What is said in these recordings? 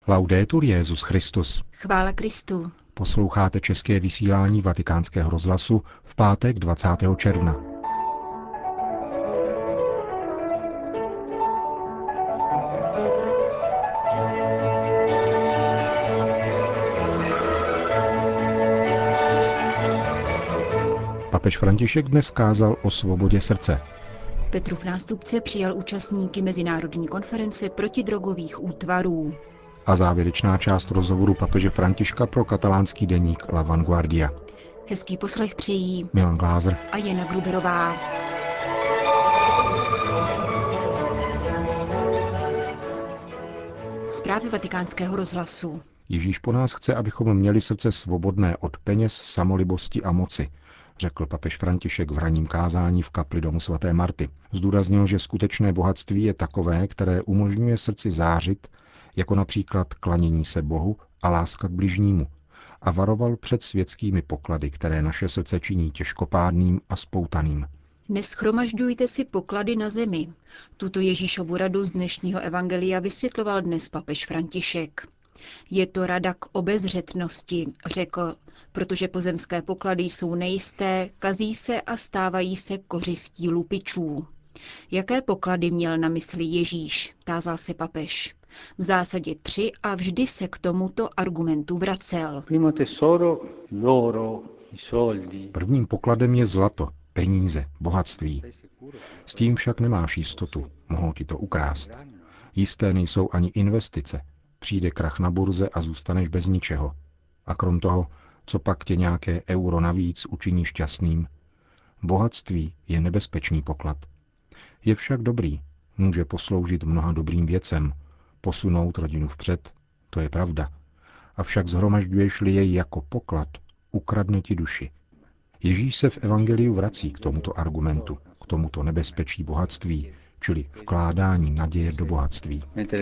Laudetur Jesus Christus. Chvála Kristu. Posloucháte české vysílání Vatikánského rozhlasu v pátek 20. června. Papež František dnes kázal o svobodě srdce. Petrův nástupce přijal účastníky mezinárodní konference protidrogových útvarů. A závěrečná část rozhovoru papeže Františka pro katalánský deník La Vanguardia. Hezký poslech přejí Milan Glázer a Jana Gruberová. Zprávy Vatikánského rozhlasu. Ježíš po nás chce, abychom měli srdce svobodné od peněz, samolibosti a moci, řekl papež František v ranním kázání v kapli domu svaté Marty. Zdůraznil, že skutečné bohatství je takové, které umožňuje srdci zářit, jako například klanění se Bohu a láska k bližnímu, a varoval před světskými poklady, které naše srdce činí těžkopádným a spoutaným. Neschromažďujte si poklady na zemi. Tuto Ježíšovu radu z dnešního evangelia vysvětloval dnes papež František. Je to rada k obezřetnosti, řekl, protože pozemské poklady jsou nejisté, kazí se a stávají se kořistí lupičů. Jaké poklady měl na mysli Ježíš, tázal se papež. V zásadě 3 a vždy se k tomuto argumentu vracel. Prvním pokladem je zlato, peníze, bohatství. S tím však nemáš jistotu, mohou ti to ukrást. Jisté nejsou ani investice. Přijde krach na burze a zůstaneš bez ničeho. A krom toho, co pak tě nějaké euro navíc učiní šťastným? Bohatství je nebezpečný poklad. Je však dobrý, může posloužit mnoha dobrým věcem, posunout rodinu vpřed, to je pravda. Avšak zhromažďuješ-li jej jako poklad, ukradne ti duši. Ježíš se v evangeliu vrací k tomuto argumentu, k tomuto nebezpečí bohatství, čili vkládání naděje do bohatství.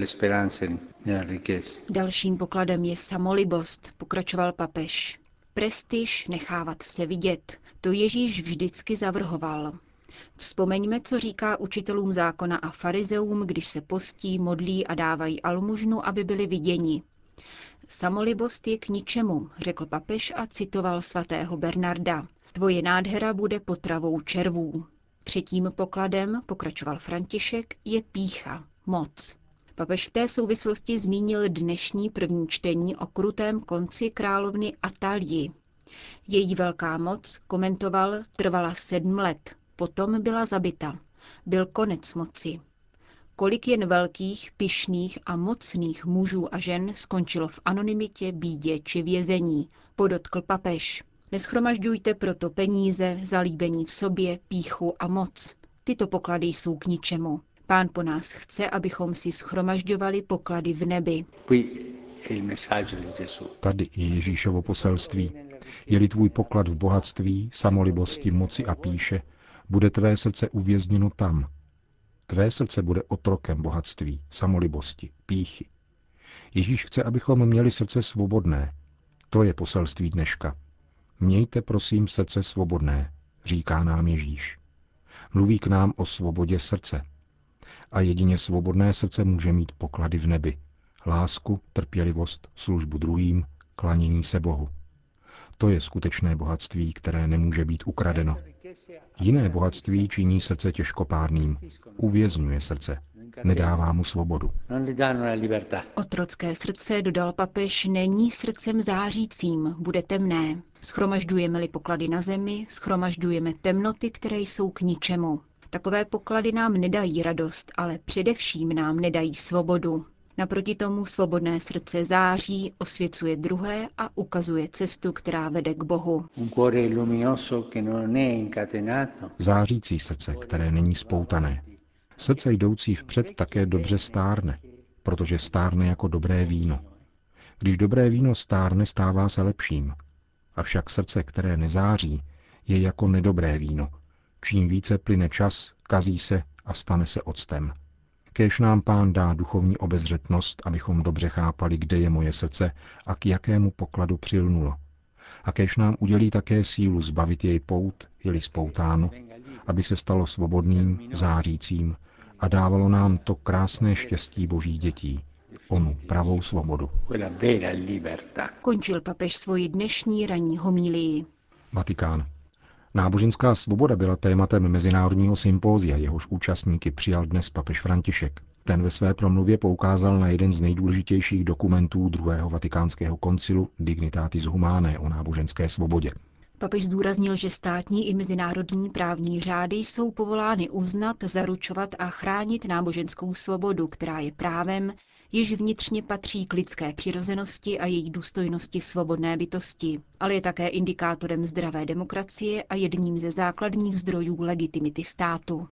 Dalším pokladem je samolibost, pokračoval papež. Prestiž, nechávat se vidět, to Ježíš vždycky zavrhoval. Vzpomeňme, co říká učitelům zákona a farizeům, když se postí, modlí a dávají almužnu, aby byli viděni. Samolibost je k ničemu, řekl papež a citoval svatého Bernarda. Tvoje nádhera bude potravou červů. Třetím pokladem, pokračoval František, je pýcha, moc. Papež v té souvislosti zmínil dnešní první čtení o krutém konci královny Atalji. Její velká moc, komentoval, trvala 7 let, potom byla zabita. Byl konec moci. Kolik jen velkých, pyšných a mocných mužů a žen skončilo v anonymitě, bídě či vězení, podotkl papež. Neschromažďujte proto peníze, zalíbení v sobě, pýchu a moc. Tyto poklady jsou k ničemu. Pán po nás chce, abychom si schromažďovali poklady v nebi. Tady je Ježíšovo poselství. Je-li tvůj poklad v bohatství, samolibosti, moci a pýše, bude tvé srdce uvězněno tam. Tvé srdce bude otrokem bohatství, samolibosti, pýchy. Ježíš chce, abychom měli srdce svobodné. To je poselství dneška. Mějte prosím srdce svobodné, říká nám Ježíš. Mluví k nám o svobodě srdce. A jedině svobodné srdce může mít poklady v nebi. Lásku, trpělivost, službu druhým, klanění se Bohu. To je skutečné bohatství, které nemůže být ukradeno. Jiné bohatství činí srdce těžkopádným, uvězňuje srdce, nedává mu svobodu. Otrocké srdce, dodal papež, není srdcem zářícím, bude temné. Schromažďujeme-li poklady na zemi, schromažďujeme temnoty, které jsou k ničemu. Takové poklady nám nedají radost, ale především nám nedají svobodu. Naproti tomu svobodné srdce září, osvěcuje druhé a ukazuje cestu, která vede k Bohu. Zářící srdce, které není spoutané. Srdce jdoucí vpřed také dobře stárne, protože stárne jako dobré víno. Když dobré víno stárne, stává se lepším. Avšak srdce, které nezáří, je jako nedobré víno. Čím více plyne čas, kazí se a stane se octem. Kéž nám Pán dá duchovní obezřetnost, abychom dobře chápali, kde je moje srdce a k jakému pokladu přilnulo. A kéž nám udělí také sílu zbavit jej pout, je-li spoutáno, aby se stalo svobodným, zářícím a dávalo nám to krásné štěstí Božích dětí, onu pravou svobodu. Končil papež svoji dnešní ranní homílii. Vatikán. Náboženská svoboda byla tématem mezinárodního sympózia, jehož účastníky přijal dnes papež František. Ten ve své promluvě poukázal na jeden z nejdůležitějších dokumentů druhého vatikánského koncilu Dignitatis Humanae o náboženské svobodě. Papež zdůraznil, že státní i mezinárodní právní řády jsou povolány uznat, zaručovat a chránit náboženskou svobodu, která je právem, jež vnitřně patří k lidské přirozenosti a její důstojnosti svobodné bytosti, ale je také indikátorem zdravé demokracie a jedním ze základních zdrojů legitimity státu.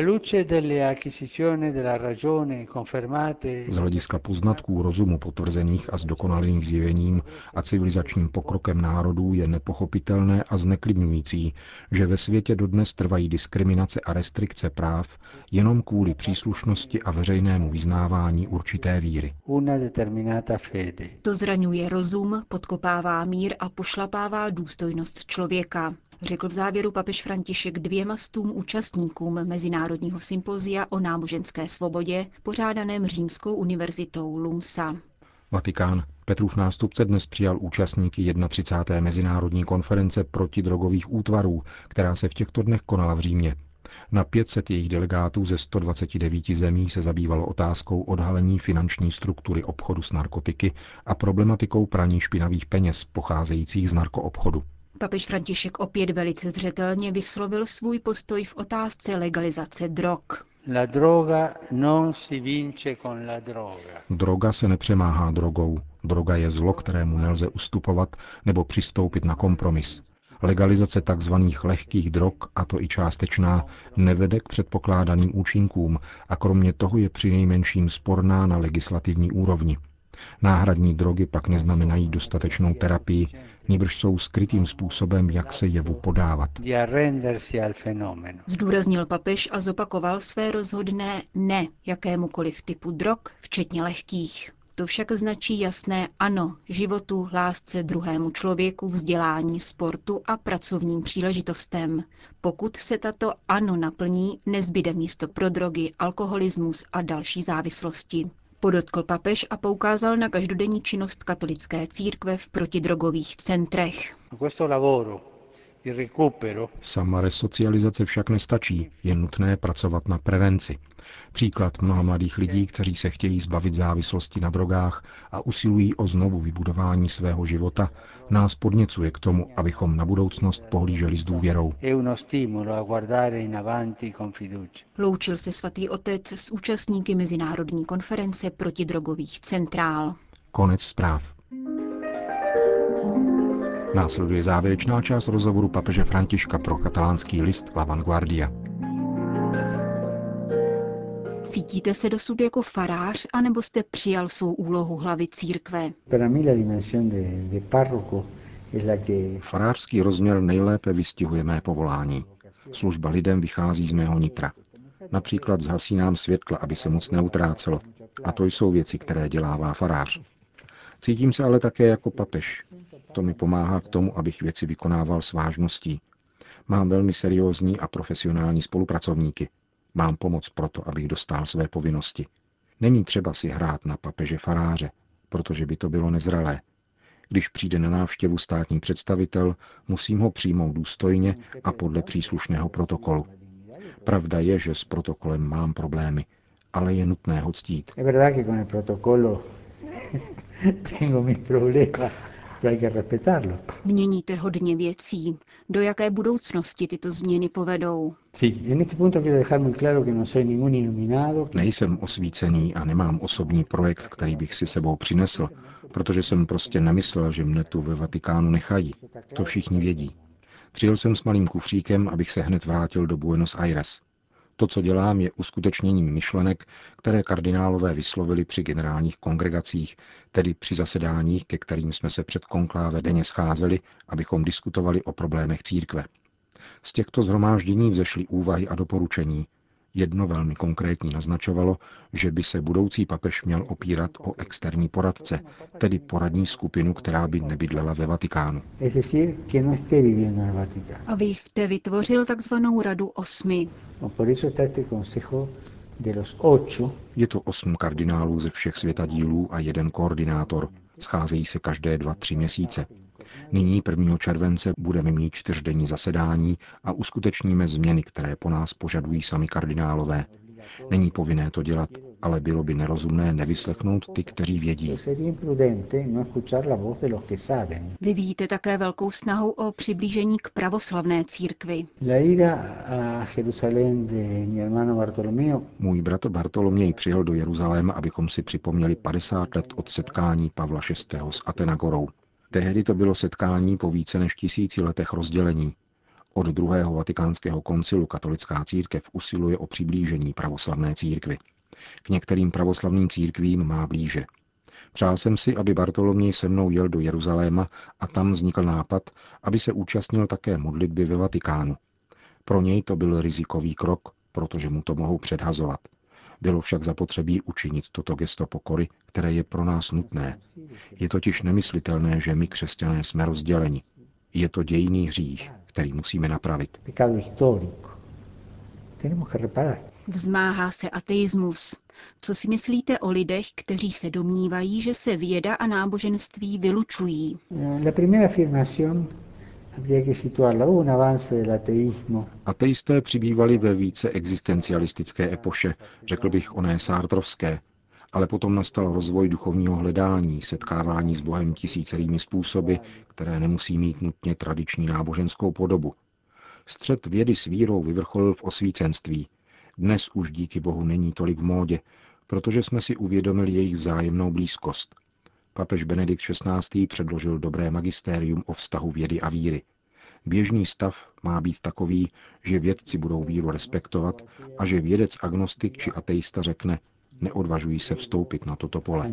Z hlediska poznatků rozumu potvrzených a zdokonalených zjevením a civilizačním pokrokem národů je nepochopitelné a zneklidňující, že ve světě dodnes trvají diskriminace a restrikce práv jenom kvůli příslušnosti a veřejnému vyznávání určité víry. To zraňuje rozum, podkopává mír a pošlapává důstojnost člověka, řekl v závěru papež František 200 účastníkům Mezinárodního sympozia o náboženské svobodě, pořádaném Římskou univerzitou LUMSA. Vatikán. Petrův nástupce dnes přijal účastníky 31. mezinárodní konference protidrogových útvarů, která se v těchto dnech konala v Římě. Na 500 jejich delegátů ze 129 zemí se zabývalo otázkou odhalení finanční struktury obchodu s narkotiky a problematikou praní špinavých peněz pocházejících z narkoobchodu. Papež František opět velice zřetelně vyslovil svůj postoj v otázce legalizace drog. Droga se nepřemáhá drogou. Droga je zlo, kterému nelze ustupovat nebo přistoupit na kompromis. Legalizace tzv. Lehkých drog, a to i částečná, nevede k předpokládaným účinkům a kromě toho je přinejmenším sporná na legislativní úrovni. Náhradní drogy pak neznamenají dostatečnou terapii, nýbrž jsou skrytým způsobem, jak se jevu podávat. Zdůraznil papež a zopakoval své rozhodné ne jakémukoliv typu drog, včetně lehkých. To však značí jasné ano životu, lásce, druhému člověku, vzdělání, sportu a pracovním příležitostem. Pokud se tato ano naplní, nezbyde místo pro drogy, alkoholismus a další závislosti. Podotkl papež a poukázal na každodenní činnost katolické církve v protidrogových centrech. Sama resocializace však nestačí, je nutné pracovat na prevenci. Příklad mnoha mladých lidí, kteří se chtějí zbavit závislosti na drogách a usilují o znovu vybudování svého života, nás podněcuje k tomu, abychom na budoucnost pohlíželi s důvěrou. Loučil se svatý otec s účastníky Mezinárodní konference protidrogových centrál. Konec zpráv. Následuje závěrečná část rozhovoru papeže Františka pro katalánský list La Vanguardia. Cítíte se dosud jako farář, anebo jste přijal svou úlohu hlavy církve? Farářský rozměr nejlépe vystihuje mé povolání. Služba lidem vychází z mého nitra. Například zhasínám světla, aby se moc neutrácelo. A to jsou věci, které dělává farář. Cítím se ale také jako papež. To mi pomáhá k tomu, abych věci vykonával s vážností. Mám velmi seriózní a profesionální spolupracovníky. Mám pomoc proto, abych dostál své povinnosti. Není třeba si hrát na papeže faráře, protože by to bylo nezralé. Když přijde na návštěvu státní představitel, musím ho přijmout důstojně a podle příslušného protokolu. Pravda je, že s protokolem mám problémy, ale je nutné ho ctít. Měníte hodně věcí. Do jaké budoucnosti tyto změny povedou? Nejsem osvícený a nemám osobní projekt, který bych si sebou přinesl, protože jsem prostě nemyslel, že mne tu ve Vatikánu nechají. To všichni vědí. Přijel jsem s malým kufříkem, abych se hned vrátil do Buenos Aires. To, co dělám, je uskutečněním myšlenek, které kardinálové vyslovili při generálních kongregacích, tedy při zasedáních, ke kterým jsme se před konkláve denně scházeli, abychom diskutovali o problémech církve. Z těchto shromáždění vzešly úvahy a doporučení. Jedno velmi konkrétní naznačovalo, že by se budoucí papež měl opírat o externí poradce, tedy poradní skupinu, která by nebydlela ve Vatikánu. A vy jste vytvořil takzvanou Radu 8. Je to 8 kardinálů ze všech světadílů a jeden koordinátor. Scházejí se každé 2-3 měsíce. Nyní 1. července budeme mít 4denní zasedání a uskutečníme změny, které po nás požadují sami kardinálové. Není povinné to dělat, ale bylo by nerozumné nevyslechnout ty, kteří vědí. Vyvíjíte také velkou snahu o přiblížení k pravoslavné církvi. Můj bratr Bartoloměj přijel do Jeruzaléma, abychom si připomněli 50 let od setkání Pavla VI. S Atenagorou. Tehdy to bylo setkání po více než 1000 letech rozdělení. Od druhého vatikánského koncilu katolická církev usiluje o přiblížení pravoslavné církvi. K některým pravoslavným církvím má blíže. Přál jsem si, aby Bartoloměj se mnou jel do Jeruzaléma a tam vznikl nápad, aby se účastnil také modlitby ve Vatikánu. Pro něj to byl rizikový krok, protože mu to mohou předhazovat. Bylo však zapotřebí učinit toto gesto pokory, které je pro nás nutné. Je totiž nemyslitelné, že my, křesťané, jsme rozděleni. Je to dějinný hřích, který musíme napravit. Vzmáhá se ateismus. Co si myslíte o lidech, kteří se domnívají, že se věda a náboženství vylučují? Ateisté přibývali ve více existencialistické epoše, řekl bych oné sártrovské, ale potom nastal rozvoj duchovního hledání, setkávání s Bohem tisícerými způsoby, které nemusí mít nutně tradiční náboženskou podobu. Střet vědy s vírou vyvrcholil v osvícenství. Dnes už díky Bohu není tolik v módě, protože jsme si uvědomili jejich vzájemnou blízkost. Papež Benedikt XVI. Předložil dobré magistérium o vztahu vědy a víry. Běžný stav má být takový, že vědci budou víru respektovat a že vědec agnostik či ateista řekne, neodvažují se vstoupit na toto pole.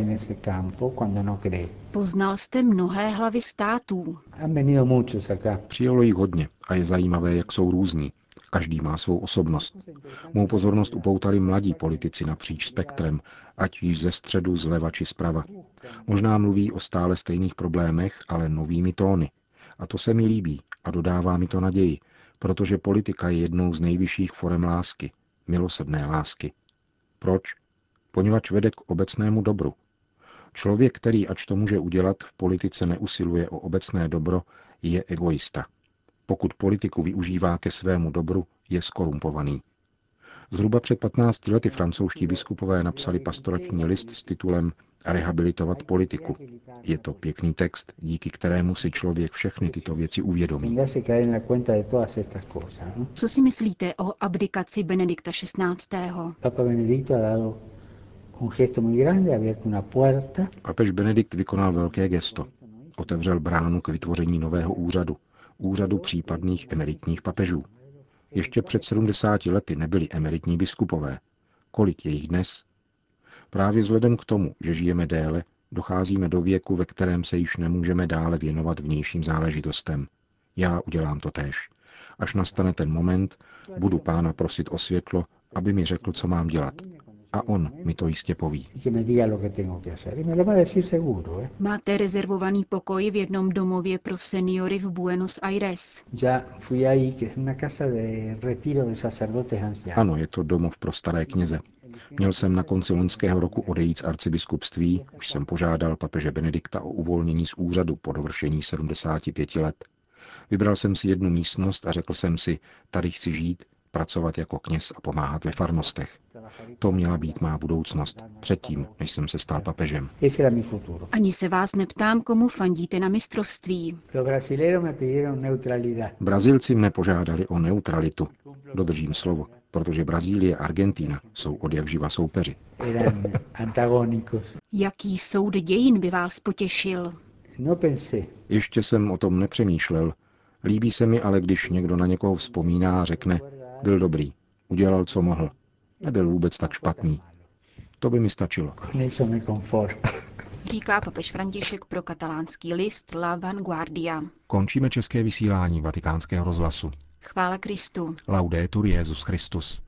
Poznal jste mnohé hlavy států. Přijelo jich hodně a je zajímavé, jak jsou různí. Každý má svou osobnost. Mou pozornost upoutali mladí politici napříč spektrem, ať již ze středu, zleva či zprava. Možná mluví o stále stejných problémech, ale novými tóny. A to se mi líbí a dodává mi to naději, protože politika je jednou z nejvyšších forem lásky, milosrdné lásky. Proč? Poněvadž vede k obecnému dobru. Člověk, který, ač to může udělat, v politice neusiluje o obecné dobro, je egoista. Pokud politiku využívá ke svému dobru, je skorumpovaný. Zhruba před 15 lety francouzští biskupové napsali pastorační list s titulem Rehabilitovat politiku. Je to pěkný text, díky kterému si člověk všechny tyto věci uvědomí. Co si myslíte o abdikaci Benedikta XVI.? Papež Benedikt vykonal velké gesto. Otevřel bránu k vytvoření nového úřadu případných emeritních papežů. Ještě před 70 lety nebyli emeritní biskupové. Kolik je jich dnes? Právě vzhledem k tomu, že žijeme déle, docházíme do věku, ve kterém se již nemůžeme dále věnovat vnějším záležitostem. Já udělám to též. Až nastane ten moment, budu Pána prosit o světlo, aby mi řekl, co mám dělat. A on mi to jistě poví. Máte rezervovaný pokoj v jednom domově pro seniory v Buenos Aires. Ano, je to domov pro staré kněze. Měl jsem na konci loňského roku odejít z arcibiskupství, už jsem požádal papeže Benedikta o uvolnění z úřadu po dovršení 75 let. Vybral jsem si jednu místnost a řekl jsem si, tady chci žít, pracovat jako kněz a pomáhat ve farnostech. To měla být má budoucnost, předtím, než jsem se stal papežem. Ani se vás neptám, komu fandíte na mistrovství. Brazilci mne požádali o neutralitu. Dodržím slovo, protože Brazílie a Argentina jsou odjakživa soupeři. Jaký soud dějin by vás potěšil? Ještě jsem o tom nepřemýšlel. Líbí se mi ale, když někdo na někoho vzpomíná a řekne, byl dobrý, udělal, co mohl. Nebyl vůbec tak špatný. To by mi stačilo. Říká papež František pro katalánský list La Vanguardia. Končíme české vysílání Vatikánského rozhlasu. Chvála Kristu. Laudetur Jesus Christus.